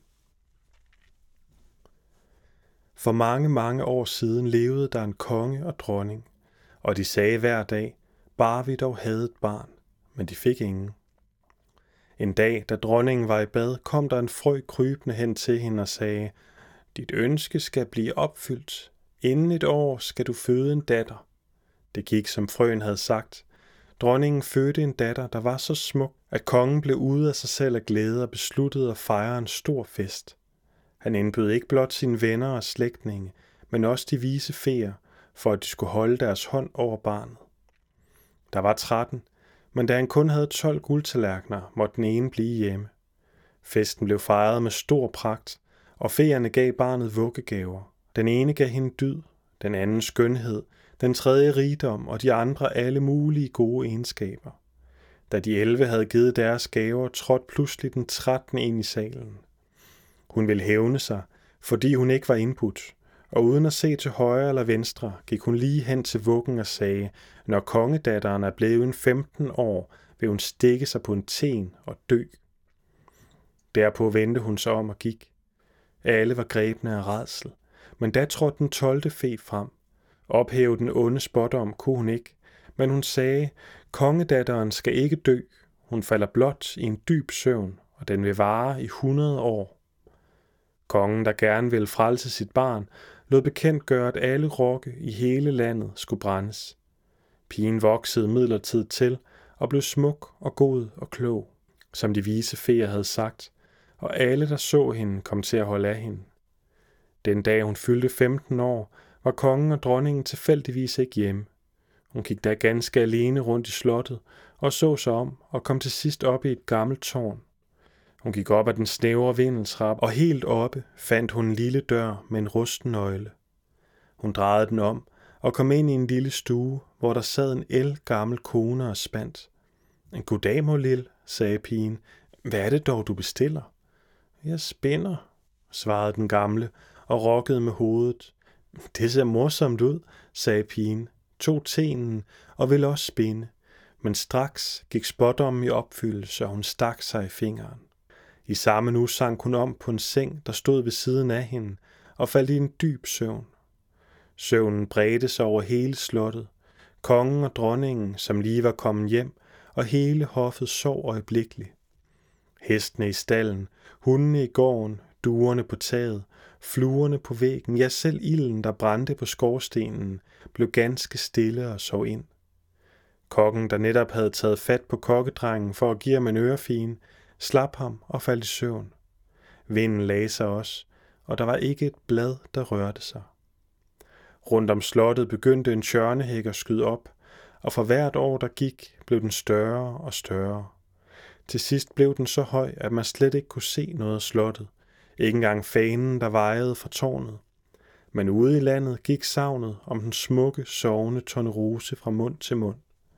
For mange, mange år siden levede der en konge og dronning, og de sagde hver dag, bare vi dog havde et barn, men de fik ingen. En dag, da dronningen var i bad, kom der en frø krybende hen til hende og sagde, dit ønske skal blive opfyldt. Inden et år skal du føde en datter. Det gik, som frøen havde sagt. Dronningen fødte en datter, der var så smuk, at kongen blev ude af sig selv af glæde og besluttede at fejre en stor fest. Han indbød ikke blot sine venner og slægtninge, men også de vise feer, for at de skulle holde deres hånd over barnet. Der var 13, men da han kun havde 12 guldtallerkener, måtte den ene blive hjemme. Festen blev fejret med stor pragt, og feerne gav barnet vuggegaver. Den ene gav hende dyd, den anden skønhed, den tredje rigdom og de andre alle mulige gode egenskaber. Da de 11 havde givet deres gaver, trådte pludselig den 13. ind i salen. Hun ville hævne sig, fordi hun ikke var indbudt, og uden at se til højre eller venstre, gik hun lige hen til vuggen og sagde, når kongedatteren er blevet 15 år, vil hun stikke sig på en ten og dø. Derpå vendte hun sig om og gik. Alle var grebne af rædsel, men da trådte den 12. fe frem. Ophæve den onde spådom kunne hun ikke, men hun sagde, kongedatteren skal ikke dø, hun falder blot i en dyb søvn, og den vil vare i 100 år. Kongen, der gerne ville frelse sit barn, lod bekendt gøre, at alle rokke i hele landet skulle brændes. Pigen voksede midlertid til og blev smuk og god og klog, som de vise feer havde sagt, og alle, der så hende, kom til at holde af hende. Den dag hun fyldte 15 år, var kongen og dronningen tilfældigvis ikke hjemme. Hun gik da ganske alene rundt i slottet og så sig om og kom til sidst op i et gammelt tårn. Hun gik op ad den snævre vindeltrappe, og helt oppe fandt hun en lille dør med en rusten nøgle. Hun drejede den om og kom ind i en lille stue, hvor der sad en ældgammel kone og spandt. Goddag, mor lille, sagde pigen. Hvad er det dog, du bestiller? Jeg spinder, svarede den gamle og rokkede med hovedet. Det ser morsomt ud, sagde pigen, tog tenen og ville også spinde, men straks gik spådommen i opfyldelse, og hun stak sig i fingeren. I samme nu sank hun om på en seng, der stod ved siden af hende, og faldt i en dyb søvn. Søvnen bredte sig over hele slottet. Kongen og dronningen, som lige var kommet hjem, og hele hoffet sov øjeblikkeligt. Hestene i stallen, hundene i gården, duerne på taget, fluerne på væggen, ja selv ilden, der brændte på skorstenen, blev ganske stille og sov ind. Kokken, der netop havde taget fat på kokkedrengen for at give ham en ørefine, slap ham og faldt i søvn. Vinden lagde sig også, og der var ikke et blad, der rørte sig. Rundt om slottet begyndte en tjørnehæk at skyde op, og for hvert år, der gik, blev den større og større. Til sidst blev den så høj, at man slet ikke kunne se noget af slottet. Ikke engang fanen, der vejede fra tårnet. Men ude i landet gik sagnet om den smukke, sovende Tornerose fra mund til mund.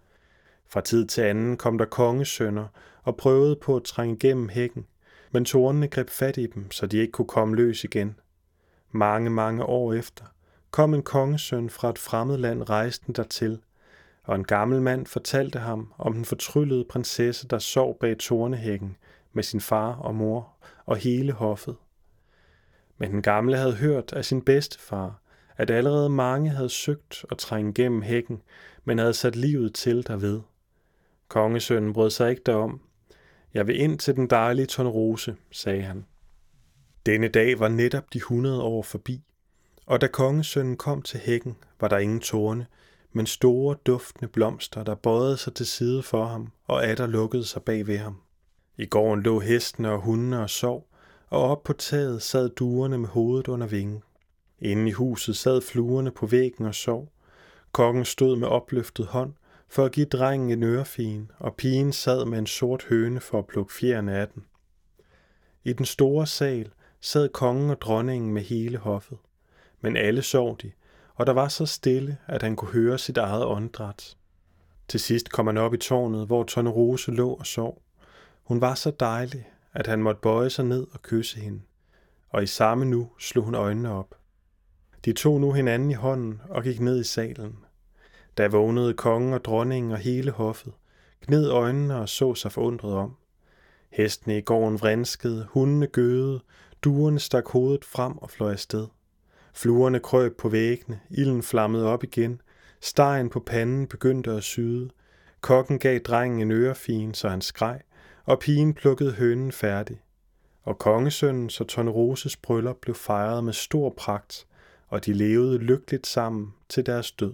Fra tid til anden kom der kongesønner og prøvede på at trænge igennem hækken, men tornene greb fat i dem, så de ikke kunne komme løs igen. Mange, mange år efter kom en kongesøn fra et fremmed land rejsende dertil, og en gammel mand fortalte ham om den fortryllede prinsesse, der sov bag tornehækken med sin far og mor og hele hoffet. Men den gamle havde hørt af sin bedstefar, at allerede mange havde søgt at trænge gennem hækken, men havde sat livet til derved. Kongesønnen brød sig ikke derom. Jeg vil ind til den dejlige Tornerose, sagde han. Denne dag var netop de 100 år forbi, og da kongesønnen kom til hækken, var der ingen torne, men store duftende blomster, der bøjede sig til side for ham og atter lukkede sig bag ved ham. I gården lå hestene og hundene og sov, og op på taget sad duerne med hovedet under vingen. Inde i huset sad fluerne på væggen og sov. Kokken stod med opløftet hånd for at give drengen en ørefin, og pigen sad med en sort høne for at plukke fjerne af den. I den store sal sad kongen og dronningen med hele hoffet, men alle sov de, og der var så stille, at han kunne høre sit eget åndedræt. Til sidst kom han op i tårnet, hvor Tornerose lå og sov. Hun var så dejlig, at han måtte bøje sig ned og kysse hende, og i samme nu slog hun øjnene op. De tog nu hinanden i hånden og gik ned i salen. Da vågnede kongen og dronningen og hele hoffet, gned øjnene og så sig forundret om. Hestene i gården vrinskede, hundene gøede, duerne stak hovedet frem og fløj afsted. Fluerne krøb på væggene, ilden flammede op igen, stegen på panden begyndte at syde. Kokken gav drengen en ørefin, så han skreg, og pigen plukkede hønen færdig. Og kongesønnens og Torneroses bryllup blev fejret med stor pragt, og de levede lykkeligt sammen til deres død.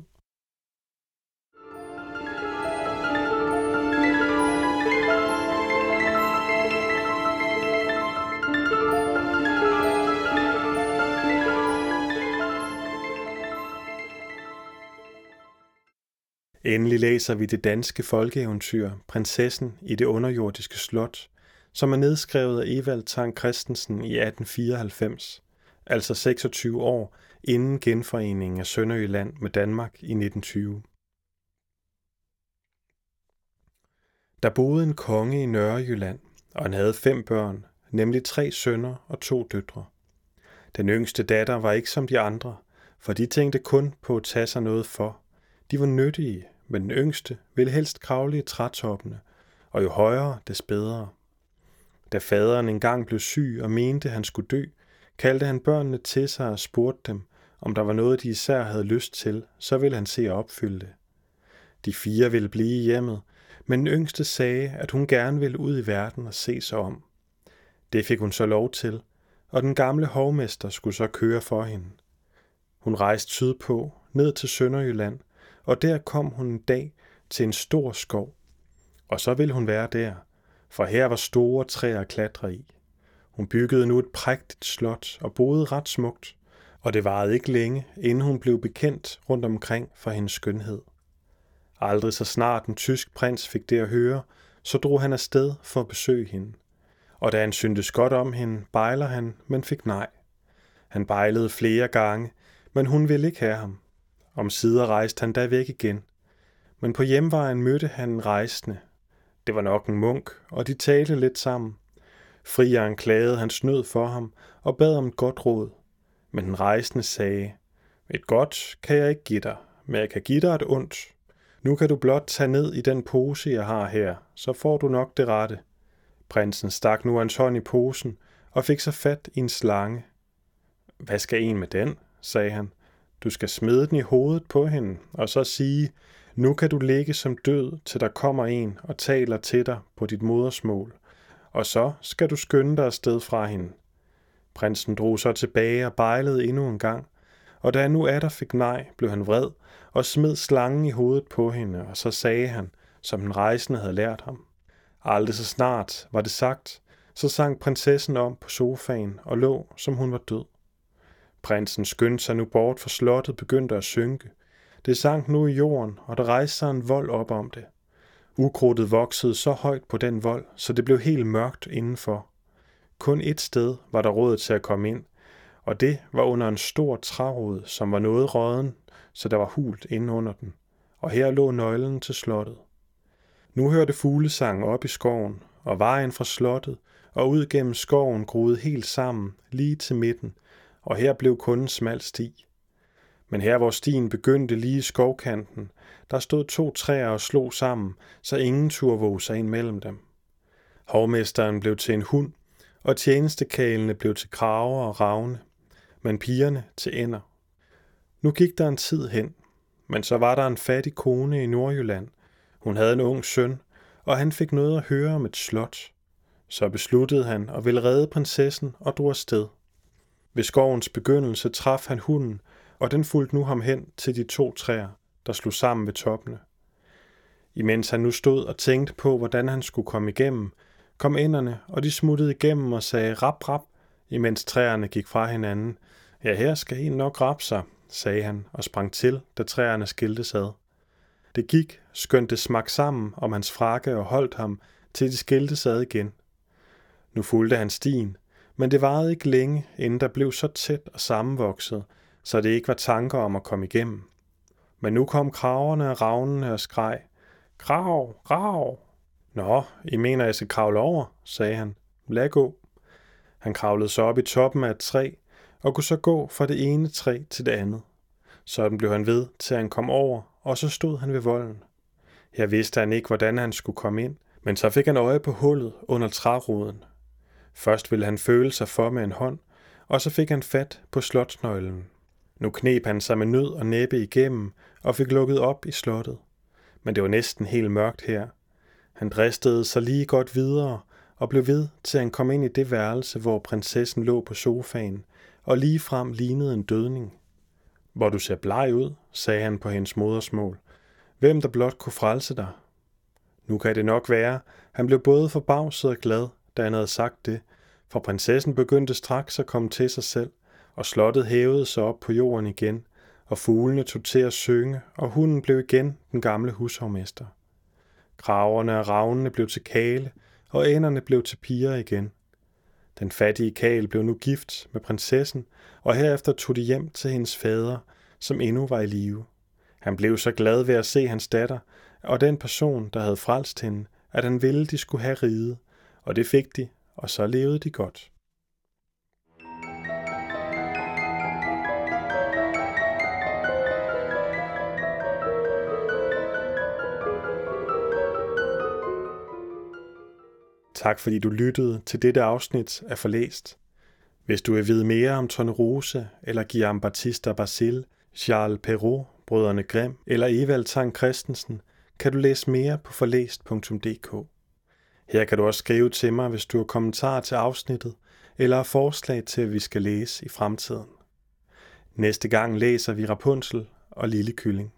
Endelig læser vi det danske folkeeventyr Prinsessen i det underjordiske slot, som er nedskrevet af Evald Tang Christensen i 1894, altså 26 år inden genforeningen af Sønderjylland med Danmark i 1920. Der boede en konge i Nørrejylland, og han havde 5 børn, nemlig 3 sønner og 2 døtre. Den yngste datter var ikke som de andre, for de tænkte kun på at tage sig noget for. De var nyttige, men den yngste ville helst kravle i trætoppene, og jo højere, des bedre. Da faderen engang blev syg og mente, han skulle dø, kaldte han børnene til sig og spurgte dem, om der var noget, de især havde lyst til, så ville han se at opfylde det. De 4 ville blive i hjemmet, men den yngste sagde, at hun gerne ville ud i verden og se sig om. Det fik hun så lov til, og den gamle hovmester skulle så køre for hende. Hun rejste sydpå, ned til Sønderjylland, og der kom hun en dag til en stor skov. Og så ville hun være der, for her var store træer at klatre i. Hun byggede nu et prægtigt slot og boede ret smukt, og det varede ikke længe, inden hun blev bekendt rundt omkring for hendes skønhed. Aldrig så snart en tysk prins fik det at høre, så drog han afsted for at besøge hende. Og da han syntes godt om hende, bejler han, men fik nej. Han bejlede flere gange, men hun ville ikke have ham. Omsider rejste han da væk igen. Men på hjemvejen mødte han en rejsende. Det var nok en munk, og de talte lidt sammen. Frieren klagede hans nød for ham og bad om et godt råd. Men den rejsende sagde, et godt kan jeg ikke give dig, men jeg kan give dig et ondt. Nu kan du blot tage ned i den pose, jeg har her, så får du nok det rette. Prinsen stak nu hans hånd i posen og fik så fat i en slange. Hvad skal en med den, sagde han. Du skal smide den i hovedet på hende, og så sige, nu kan du ligge som død, til der kommer en og taler til dig på dit modersmål, og så skal du skynde dig afsted fra hende. Prinsen drog så tilbage og bejlede endnu en gang, og da han nu atter fik nej, blev han vred og smed slangen i hovedet på hende, og så sagde han, som den rejsende havde lært ham. Aldrig så snart var det sagt, så sank prinsessen om på sofaen og lå, som hun var død. Prinsen skyndte sig nu bort, for slottet begyndte at synke. Det sank nu i jorden, og der rejste sig en vold op om det. Ukrudtet voksede så højt på den vold, så det blev helt mørkt indenfor. Kun et sted var der råd til at komme ind, og det var under en stor trærod, som var noget rådden, så der var hult inde under den, og her lå nøglen til slottet. Nu hørte fuglesang op i skoven, og vejen fra slottet og ud gennem skoven groede helt sammen, lige til midten, og her blev kun en smal sti. Men her hvor stien begyndte lige i skovkanten, der stod 2 træer og slog sammen, så ingen turde våge sig ind mellem dem. Hovmesteren blev til en hund, og tjenestekarlene blev til krager og ravne, men pigerne til ænder. Nu gik der en tid hen, men så var der en fattig kone i Nordjylland. Hun havde en ung søn, og han fik noget at høre om et slot. Så besluttede han at ville redde prinsessen og drog afsted. Ved skovens begyndelse traf han hunden, og den fulgte nu ham hen til de 2 træer, der slog sammen ved toppene. Imens han nu stod og tænkte på, hvordan han skulle komme igennem, kom ænderne, og de smuttede igennem og sagde rap, rap, imens træerne gik fra hinanden. Ja, her skal en nok rappe sig, sagde han og sprang til, da træerne skiltes ad. Det gik, skønt det smag sammen om hans frakke og holdt ham, til de skiltes ad igen. Nu fulgte han stien, men det varede ikke længe, inden der blev så tæt og sammenvokset, så det ikke var tanker om at komme igennem. Men nu kom kragerne og ravnene og skreg, grav, grav. Nå, I mener, jeg skal kravle over, sagde han. Lad gå. Han kravlede så op i toppen af et træ, og kunne så gå fra det ene træ til det andet. Sådan blev han ved, til han kom over, og så stod han ved volden. Her vidste han ikke, hvordan han skulle komme ind, men så fik han øje på hullet under træroden. Først ville han føle sig for med en hånd, og så fik han fat på slotsnøglen. Nu kneb han sig med nød og næppe igennem, og fik lukket op i slottet. Men det var næsten helt mørkt her. Han dristede sig lige godt videre, og blev ved, til han kom ind i det værelse, hvor prinsessen lå på sofaen, og ligefrem lignede en dødning. Hvor du ser bleg ud, sagde han på hendes modersmål. Hvem der blot kunne frelse dig? Nu kan det nok være, han blev både forbavset og glad, da han havde sagt det, for prinsessen begyndte straks at komme til sig selv, og slottet hævede sig op på jorden igen, og fuglene tog til at synge, og hunden blev igen den gamle hushovmester. Kragerne og ravnene blev til kale, og ænderne blev til piger igen. Den fattige karl blev nu gift med prinsessen, og herefter tog de hjem til hendes fader, som endnu var i live. Han blev så glad ved at se hans datter, og den person, der havde frelst hende, at han ville, de skulle have riget, og det fik de, og så levede de godt. Tak fordi du lyttede til dette afsnit af Forlæst. Hvis du vil vide mere om Tornerose eller Guillaume Baptiste Basile, Charles Perrault, Brødrene Grimm eller Evald Tang Christensen, kan du læse mere på forlæst.dk. Her kan du også skrive til mig, hvis du har kommentarer til afsnittet eller har forslag til, at vi skal læse i fremtiden. Næste gang læser vi Rapunzel og Lille Kylling.